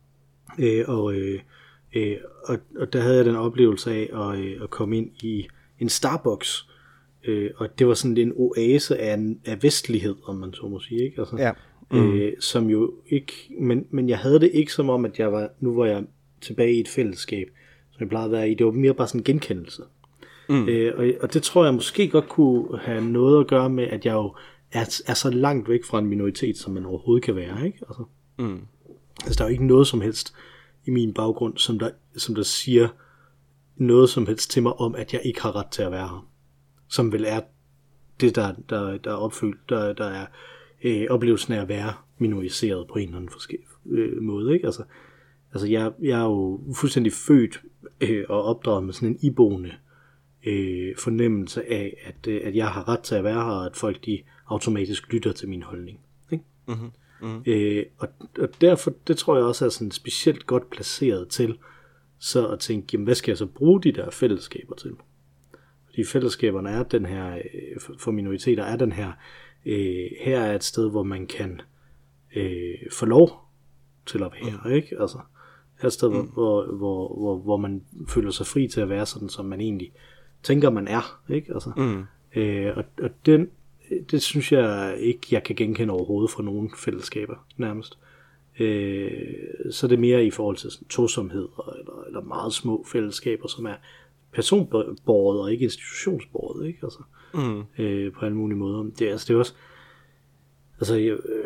Og der havde jeg den oplevelse af at komme ind i en Starbucks, og det var sådan en oase af vestlighed, om man så må sige, ikke? Altså, som jo ikke, men jeg havde det ikke som om, at nu var jeg tilbage i et fællesskab, som jeg plejede at være i. Det var mere bare sådan en genkendelse. Og det tror jeg måske godt kunne have noget at gøre med, at jeg jo er så langt væk fra en minoritet, som man overhovedet kan være, ikke? Altså, altså der er jo ikke noget som helst i min baggrund, som der siger noget som helst til mig om, at jeg ikke har ret til at være her. Som vel er det, der er opfyldt, der er oplevelsen af at være minoriseret på en eller anden måde, ikke? Altså jeg er jo fuldstændig født og opdraget med sådan en iboende fornemmelse af, at jeg har ret til at være her, og at folk de automatisk lytter til min holdning, ikke? Og derfor, det tror jeg også er sådan specielt godt placeret til så at tænke, jamen hvad skal jeg så bruge de der fællesskaber til? Fordi fællesskaberne er den her, for minoriteter er den her, her er et sted, hvor man kan få lov til at være, ikke? Altså, her er et sted, hvor man føler sig fri til at være sådan, som man egentlig tænker, man er, ikke? Altså, og det synes jeg ikke, jeg kan genkende overhovedet fra nogen fællesskaber, nærmest. Så er det mere i forhold til sådan tosomhed, eller meget små fællesskaber, som er personbåret og ikke institutionsbåret, ikke? Altså, på alle mulige måder. Det er også, altså,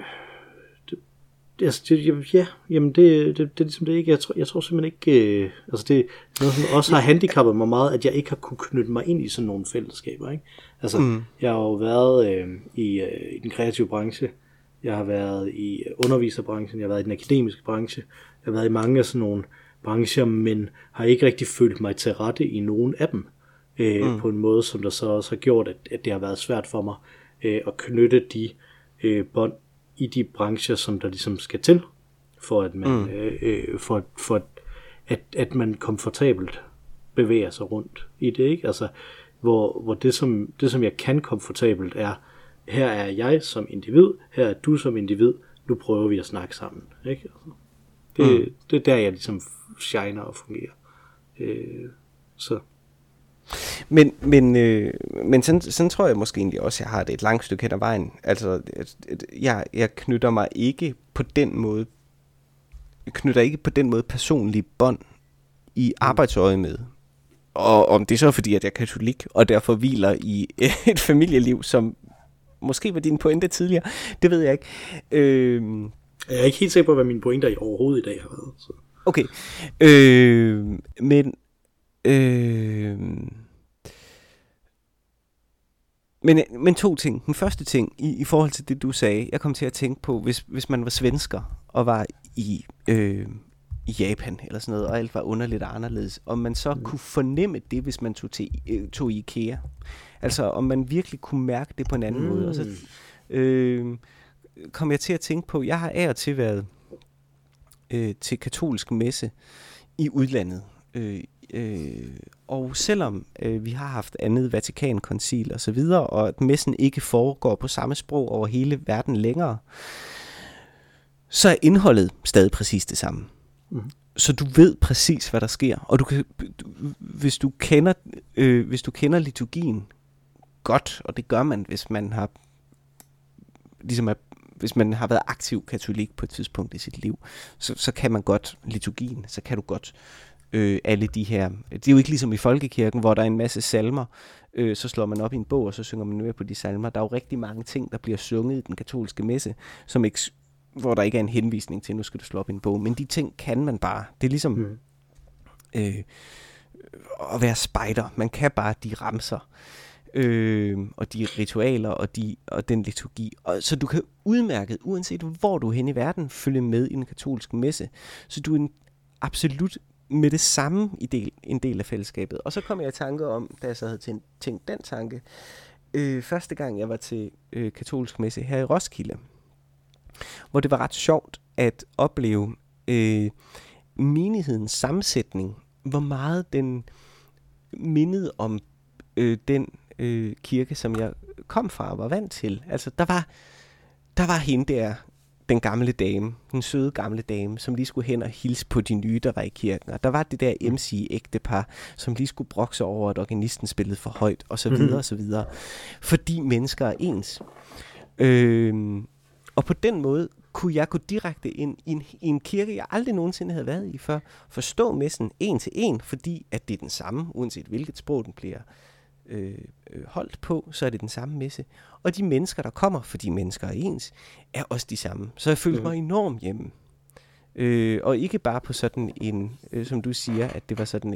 jamen det er ligesom det ikke. Jeg tror simpelthen ikke, altså det er noget, som også har handicappet mig meget, at jeg ikke har kunne knytte mig ind i sådan nogle fællesskaber, ikke? Altså, jeg har jo været i den kreative branche, jeg har været i underviserbranchen, jeg har været i den akademiske branche, jeg har været i mange af sådan nogle brancher, men har ikke rigtig følt mig til rette i nogen af dem, på en måde, som der så også har gjort, at det har været svært for mig at knytte de bånd i de brancher, som der ligesom skal til, for at man for at man komfortabelt bevæger sig rundt i det, ikke? Altså, hvor det som jeg kan komfortabelt er, her er jeg som individ, her er du som individ, nu prøver vi at snakke sammen, ikke? Altså, det er der, jeg ligesom shiner og fungerer. Så. Men sådan tror jeg måske egentlig også, jeg har det et langt stykke hen ad vejen. Altså, jeg knytter mig ikke på den måde, personlige bånd i arbejdsøje med. Og om det så er fordi, at jeg er katolik, og derfor hviler i et familieliv, som måske var din pointe tidligere, det ved jeg ikke. Jeg er ikke helt sikker på, hvad mine pointer overhovedet i dag har været. Så. Okay. Men to ting. Den første ting, i forhold til det, du sagde, jeg kom til at tænke på, hvis man var svensker og var i Japan eller sådan noget, og alt var underligt og anderledes, om man så kunne fornemme det, hvis man tog i IKEA. Altså, om man virkelig kunne mærke det på en anden måde. Og så kom jeg til at tænke på, jeg har af og til været til katolsk messe i udlandet. Og selvom vi har haft andet Vatikankoncil og så videre, og at messen ikke foregår på samme sprog over hele verden længere, så er indholdet stadig præcis det samme. Så du ved præcis, hvad der sker, og hvis du kender liturgien godt, og det gør man, hvis man har hvis man har været aktiv katolik på et tidspunkt i sit liv, så kan man godt liturgien, så kan du godt alle de her. Det er jo ikke ligesom i folkekirken, hvor der er en masse salmer, så slår man op i en bog, og så synger man med på de salmer. Der er jo rigtig mange ting, der bliver sunget i den katolske messe, hvor der ikke er en henvisning til, nu skal du slå op i en bog. Men de ting kan man bare. Det er ligesom at være spejder. Man kan bare de ramser, og de ritualer, og den liturgi. Så du kan udmærket, uanset hvor du er henne i verden, følge med i den katolske messe. Så du er absolut med det samme en del af fællesskabet. Og så kom jeg i tanke om, da jeg så havde tænkt den tanke, første gang jeg var til katolsk messe her i Roskilde, hvor det var ret sjovt at opleve menighedens sammensætning, hvor meget den mindede om den kirke, som jeg kom fra og var vant til. Altså, der var hende der, den gamle dame, den søde gamle dame, som lige skulle hen og hilse på de nye, der var i kirken. Og der var det der MC-ægtepar, som lige skulle brokse over, at organisten spillede for højt, og så videre, og så videre. Fordi mennesker er ens. Og på den måde kunne jeg gå direkte ind i en kirke, jeg aldrig nogensinde havde været i før. Forstå messen en til en, fordi at det er den samme, uanset hvilket sprog den bliver holdt på, så er det den samme messe. Og de mennesker, der kommer, fordi mennesker er ens, er også de samme. Så jeg følte mig enormt hjemme. Og ikke bare på sådan en, som du siger, at det var sådan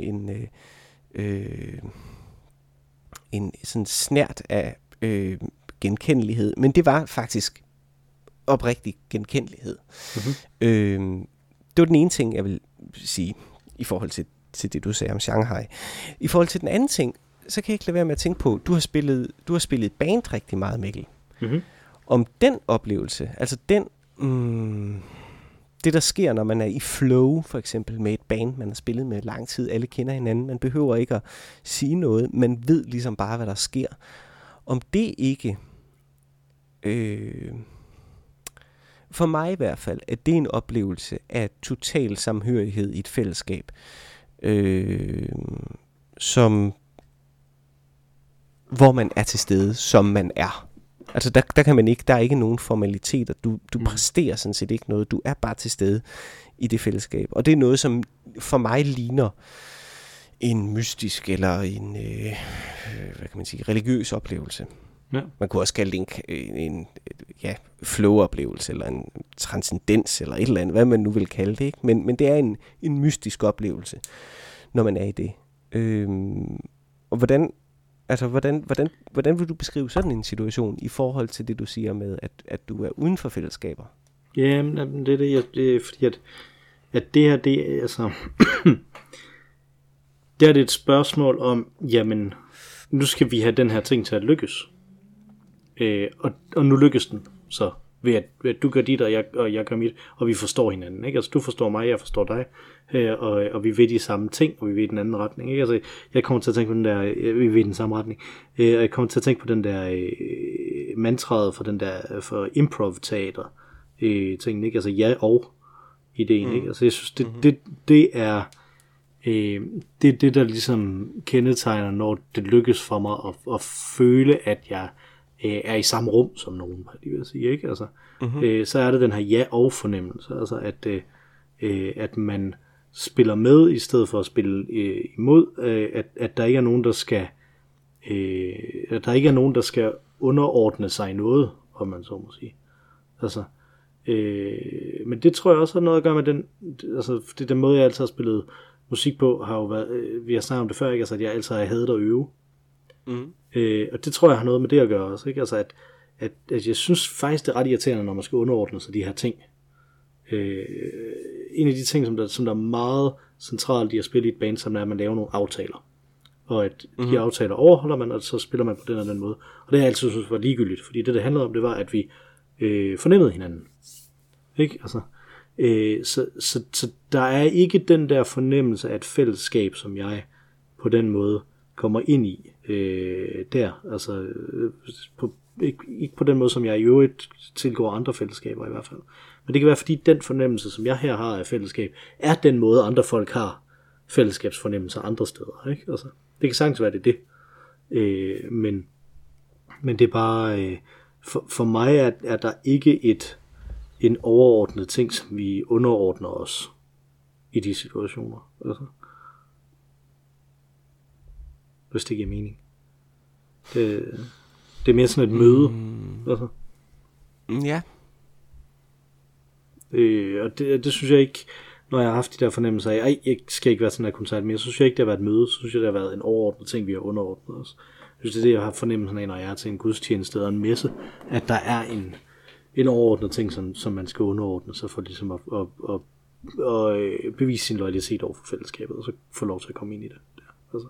en sådan snert af genkendelighed, men det var faktisk oprigtig genkendelighed. Det var den ene ting, jeg vil sige, i forhold til det, du sagde om Shanghai. I forhold til den anden ting, så kan jeg ikke lade være med at tænke på, du har spillet band rigtig meget, Mikkel. Om den oplevelse, altså det der sker, når man er i flow, for eksempel med et band, man har spillet med lang tid, alle kender hinanden, man behøver ikke at sige noget, man ved ligesom bare, hvad der sker. Om det ikke, for mig i hvert fald, at det er en oplevelse af total samhørighed i et fællesskab, hvor man er til stede, som man er. Altså der kan man ikke, der er ikke nogen formaliteter. Du præsterer sådan set ikke noget. Du er bare til stede i det fællesskab. Og det er noget, som for mig ligner en mystisk eller en hvad kan man sige, religiøs oplevelse. Ja. Man kunne også kalde det en flow-oplevelse, eller en transcendens, eller et eller andet, hvad man nu vil kalde det. Ikke? Men det er en mystisk oplevelse, når man er i det. Og hvordan vil du beskrive sådan en situation i forhold til det, du siger med, at du er uden for fællesskaber? Jamen, det er fordi, at det her, det er altså... det er et spørgsmål om, jamen, nu skal vi have den her ting til at lykkes. Og nu lykkes den, så ved at du gør dit, og jeg gør mit, og vi forstår hinanden, ikke? Altså, du forstår mig, jeg forstår dig, og vi ved de samme ting, og vi ved den anden retning, ikke? Altså, jeg kommer til at tænke på den der, vi ved den samme retning, og jeg kommer til at tænke på den der mantraet for improv-teater ting, ikke? Altså, ja og ideen, ikke? Altså, jeg synes, det er det, der ligesom kendetegner, når det lykkes for mig at føle, at jeg er i samme rum som nogen, jeg vil sige, ikke? Altså, så er det den her ja og fornemmelse, altså at man spiller med i stedet for at spille imod, at der ikke er nogen, der skal underordne sig noget, om man så må sige. Altså, men det tror jeg også har noget at gøre med den, altså det den måde jeg altid har spillet musik på, har jo været, vi har snakket om det før, ikke? Altså at jeg altid har hadet at øve. Og det tror jeg har noget med det at gøre også, ikke? Altså at jeg synes faktisk det er ret irriterende, når man skal underordne sig de her ting. En af de ting som der er meget centralt i at spille i et band, som er at man laver nogle aftaler, og at de aftaler overholder man, og så spiller man på den og den måde, og det har jeg altid synes var ligegyldigt, fordi det handlede om, det var at vi fornemmede hinanden, ikke? Altså Så der er ikke den der fornemmelse af et fællesskab, som jeg på den måde kommer ind i der. Altså ikke på den måde, som jeg i øvrigt tilgår andre fællesskaber i hvert fald. Men det kan være, fordi den fornemmelse, som jeg her har af fællesskab, er den måde, andre folk har fællesskabsfornemmelser andre steder. Ikke? Altså, det kan sagtens være det. Men det er bare... For mig er der ikke en overordnet ting, som vi underordner os i de situationer. Altså. Hvis det giver mening. Det er mere sådan et møde. Altså. Ja. Og det synes jeg ikke, når jeg har haft de der fornemmelser af, jeg skal ikke være sådan en koncert mere, så synes jeg ikke, det har været et møde, så synes jeg, det har været en overordnet ting, vi har underordnet os. Jeg synes, det er det, jeg har fornemmelsen af, når jeg er til en gudstjeneste eller en messe, at der er en overordnet ting, som man skal underordne sig for ligesom at bevise sin loyalitet over for fællesskabet, og så få lov til at komme ind i det. Altså.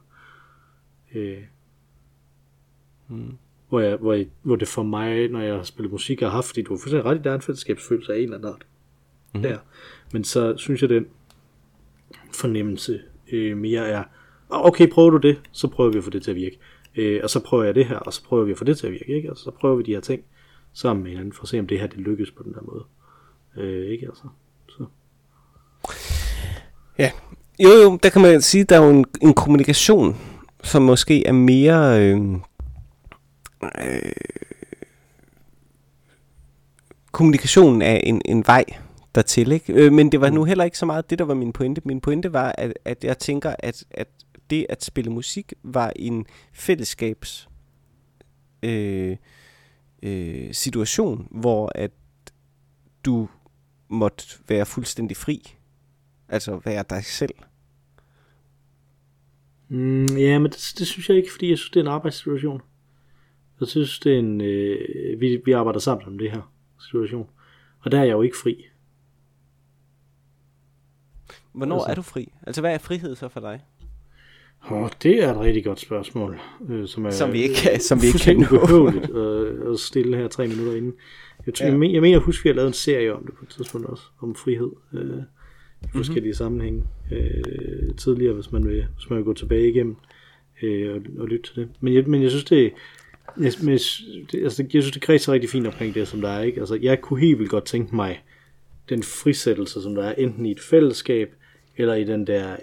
Hvor det for mig, når jeg har spillet musik, har haft, fordi du har fuldstændig ret i, der er en fællesskabsfølelse af en eller anden art. Der. Men så synes jeg, den fornemmelse mere er, okay, prøver du det, så prøver vi at få det til at virke. Og så prøver jeg det her, og så prøver vi at få det til at virke. Ikke? Altså, så prøver vi de her ting sammen med hinanden, for at se, om det her det lykkes på den der måde. Ikke altså. Så. Ja, jo, der kan man sige, der er jo en kommunikation, som måske er mere kommunikationen af en vej dertil, ikke? Men det var nu heller ikke så meget det, der var min pointe. Min pointe var, at jeg tænker, at det at spille musik var en fællesskabs situation, hvor at du måtte være fuldstændig fri. Altså være dig selv. Ja, men det synes jeg ikke, fordi jeg synes, det er en arbejdssituation. Jeg synes, det er en... vi arbejder sammen om det her situation. Og der er jeg jo ikke fri. Hvornår er du fri? Altså, hvad er frihed så for dig? Det er et rigtig godt spørgsmål, som vi ikke kan nå. At stille her 3 minutter inden. Jeg mener, jeg husker, vi har lavet en serie om det på et tidspunkt også, om frihed i forskellige sammenhænge tidligere, hvis man vil gå tilbage igennem og lytte til det. Men jeg synes, jeg synes, det kredser rigtig fint omkring det, som der er. Ikke? Altså, jeg kunne helt vildt godt tænke mig den frisættelse, som der er enten i et fællesskab, eller i den der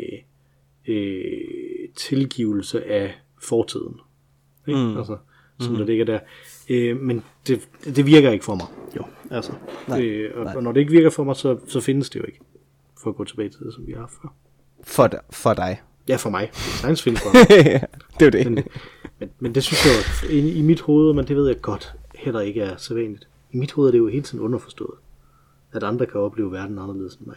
tilgivelse af fortiden. Ikke? Altså, som der ligger der. Men det virker ikke for mig. Jo, altså. Og når det ikke virker for mig, så findes det jo ikke. For at gå tilbage til det, som vi har haft før. For dig? Ja, for mig. Det findes for mig. Det er det. Men det synes jeg jo, i mit hoved, men det ved jeg godt, heller ikke er så vanligt. I mit hoved er det jo hele tiden underforstået, at andre kan opleve verden anderledes end mig.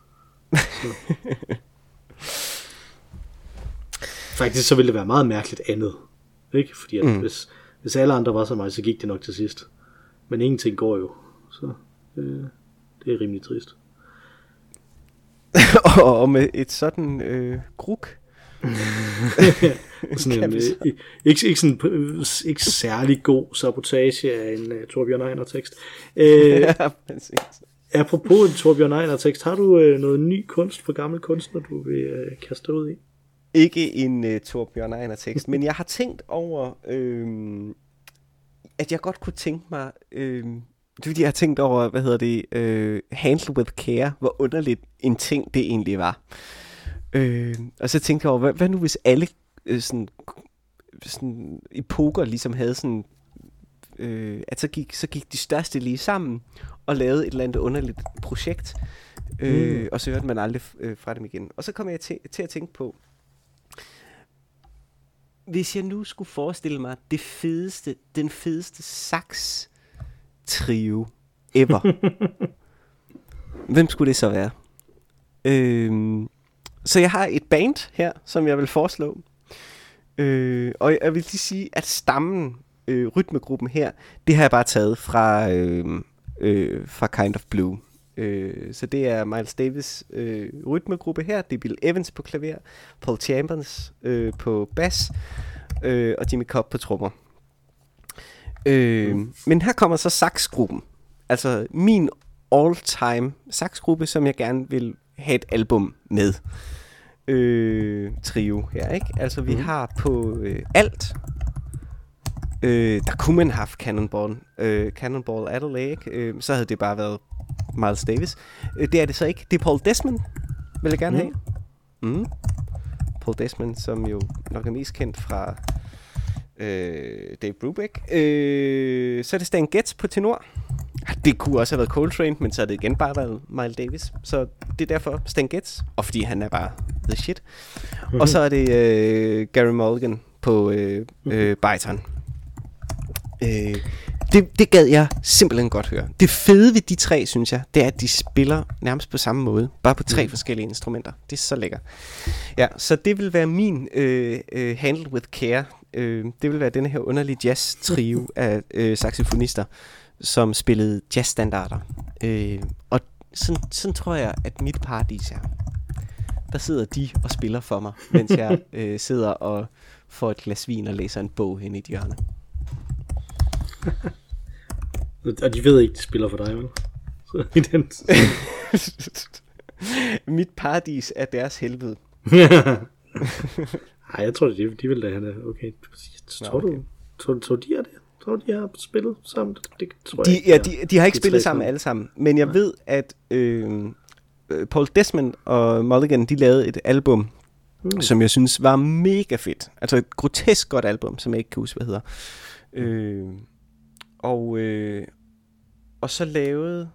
Faktisk så ville det være meget mærkeligt andet. Ikke? Fordi at hvis alle andre var som mig, så gik det nok til sidst. Men ingenting går jo. Så det er rimelig trist. Og med et sådan gruk. ikke særlig god sabotage af en Torbjørn Egner tekst. Ja, præcis. Apropos en Torbjørn Egner tekst, har du noget ny kunst for gammel kunstner, du vil kaste ud i? Ikke en Torbjørn Egner tekst, men jeg har tænkt over, at jeg godt kunne tænke mig, fordi jeg har tænkt over, handle with care, hvor underligt en ting det egentlig var. Og så tænkte jeg over, hvad nu hvis alle sådan epoker ligesom havde sådan, at så gik de største lige sammen og lavede et eller andet underligt projekt, og så hørte man aldrig fra dem igen. Og så kom jeg til at tænke på, hvis jeg nu skulle forestille mig den fedeste sax trio ever, hvem skulle det så være? Så jeg har et band her, som jeg vil foreslå. Og jeg vil lige sige, at stammen, rytmegruppen her, det har jeg bare taget fra Kind of Blue. Så det er Miles Davis rytmegruppe her. Det er Bill Evans på klaver, Paul Chambers på bas, og Jimmy Cobb på trommer. Men her kommer så saxgruppen. Altså min all-time saxgruppe, som jeg gerne vil have et album med. Trio her, ikke? Altså vi har på alt. Der kunne man have Cannonball Adderley, ikke? Så havde det bare været Miles Davis. Det er det så ikke. Det er Paul Desmond, vil jeg gerne have. Paul Desmond, som jo nok er mest kendt fra Dave Brubeck. Så er det Stan Getz på tenor. Det kunne også have været Coltrane, men så er det igen bare været Miles Davis. Så det er derfor Stan Getz, og fordi han er bare the shit. Og så er det Gary Mulligan på baryton. Det gad jeg simpelthen godt høre. Det fede ved de tre, synes jeg, det er, at de spiller nærmest på samme måde, bare på 3 forskellige instrumenter. Det er så lækkert. Ja, så det vil være min Handled with Care. Det vil være denne her underlige jazz-trio af saxofonister, som spillede jazzstandarder. Og sådan tror jeg, at mit paradis er. Der sidder de og spiller for mig, mens jeg sidder og får et glas vin og læser en bog hen i et hjørne. Og de ved ikke, de spiller for dig, vel? Så i den... Mit paradis er deres helvede. Nej, jeg tror, de vil da have det. Okay. Tror de er det? Tror de har spillet sammen? Det tror jeg, de har ikke spillet sammen alle sammen. Men jeg ved, at Paul Desmond og Mulligan, de lavede et album, som jeg synes var mega fedt. Altså et grotesk godt album, som jeg ikke kan huske, hvad hedder. Og så lavede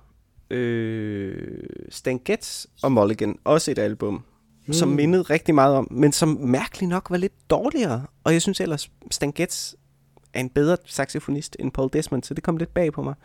Stan Getz og Mulligan også et album, som mindede rigtig meget om, men som mærkeligt nok var lidt dårligere. Og jeg synes ellers, Stan Getz er en bedre saxofonist end Paul Desmond, så det kom lidt bag på mig.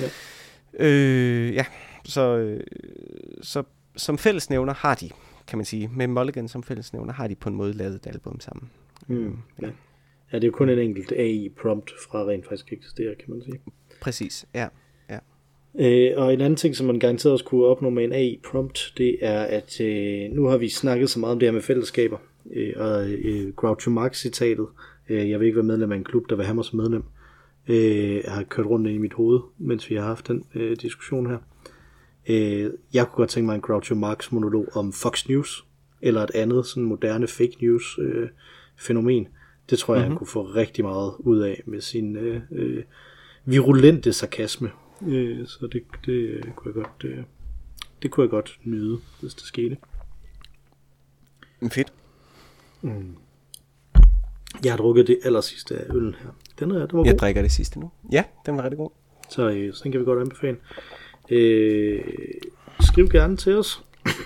Ja. Så som fællesnævner har de, kan man sige, med Mulligan som fællesnævner, har de på en måde lavet et album sammen. Ja. Ja, det er jo kun en enkelt AI-prompt fra rent faktisk eksisterer, kan man sige. Præcis, ja. Og en anden ting, som man garanteret også kunne opnå med en AI-prompt, det er, at nu har vi snakket så meget om det her med fællesskaber, og Groucho Marx-citatet, jeg vil ikke være medlem af en klub, der vil have mig som medlem, har kørt rundt i mit hoved, mens vi har haft den diskussion her. Jeg kunne godt tænke mig en Groucho Marx-monolog om Fox News, eller et andet sådan moderne fake news fænomen. Det tror jeg, han kunne få rigtig meget ud af med sin virulente sarkasme. Så det kunne jeg godt nyde, hvis det skete. Fedt. Jeg har drukket det allersidste af øllen her. Den var god. Jeg drikker det sidste nu. Ja, den var rigtig god. Så den kan vi godt anbefale. Skriv gerne til os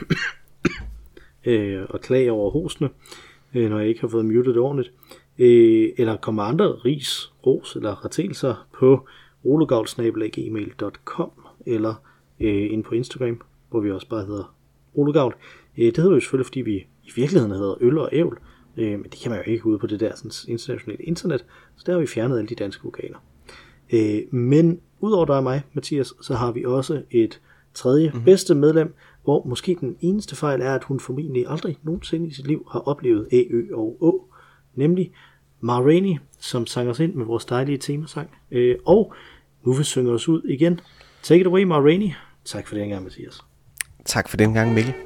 og klag over hostene, når jeg ikke har fået muted ordentligt. Eller kommer andre ris, ros eller rettelser på rolegavl@gmail.com eller ind på Instagram, hvor vi også bare hedder Rolegavl. Det hedder jo selvfølgelig, fordi vi i virkeligheden hedder Øl og Ævl, men det kan man jo ikke ude på det der sådan, internationale internet, så der har vi fjernet alle de danske vokaler. Men udover dig og mig, Mathias, så har vi også et tredje bedste medlem, hvor måske den eneste fejl er, at hun formentlig aldrig nogensinde i sit liv har oplevet A, Ø og Å, nemlig Ma Rainey, som sang os ind med vores dejlige temasang. Og nu vil synge os ud igen. Take it away, Ma Rainey. Tak for den gang, Mathias. Tak for den gang, Mikkel.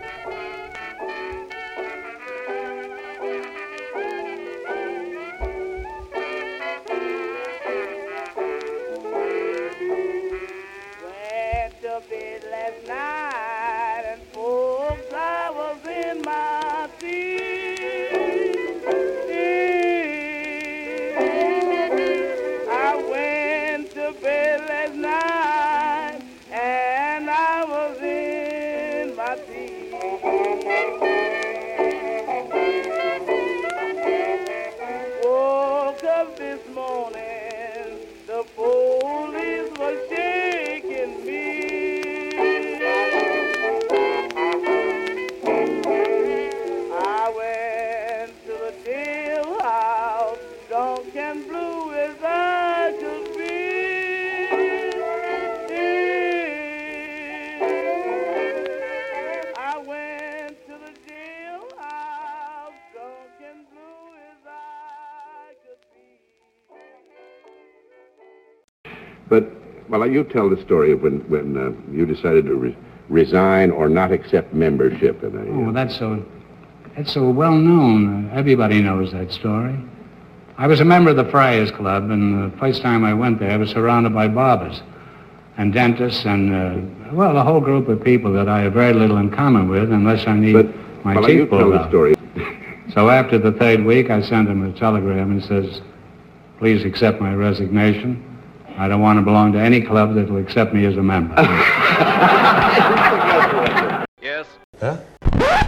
But Well, you tell the story of when you decided to resign or not accept membership in a... That's so well known. Everybody knows that story. I was a member of the Friars Club, and the first time I went there, I was surrounded by barbers and dentists and, the whole group of people that I have very little in common with unless I need my teeth pulled out. Story. So after the third week, I sent him a telegram and says, please accept my resignation. I don't want to belong to any club that will accept me as a member. Yes? Huh?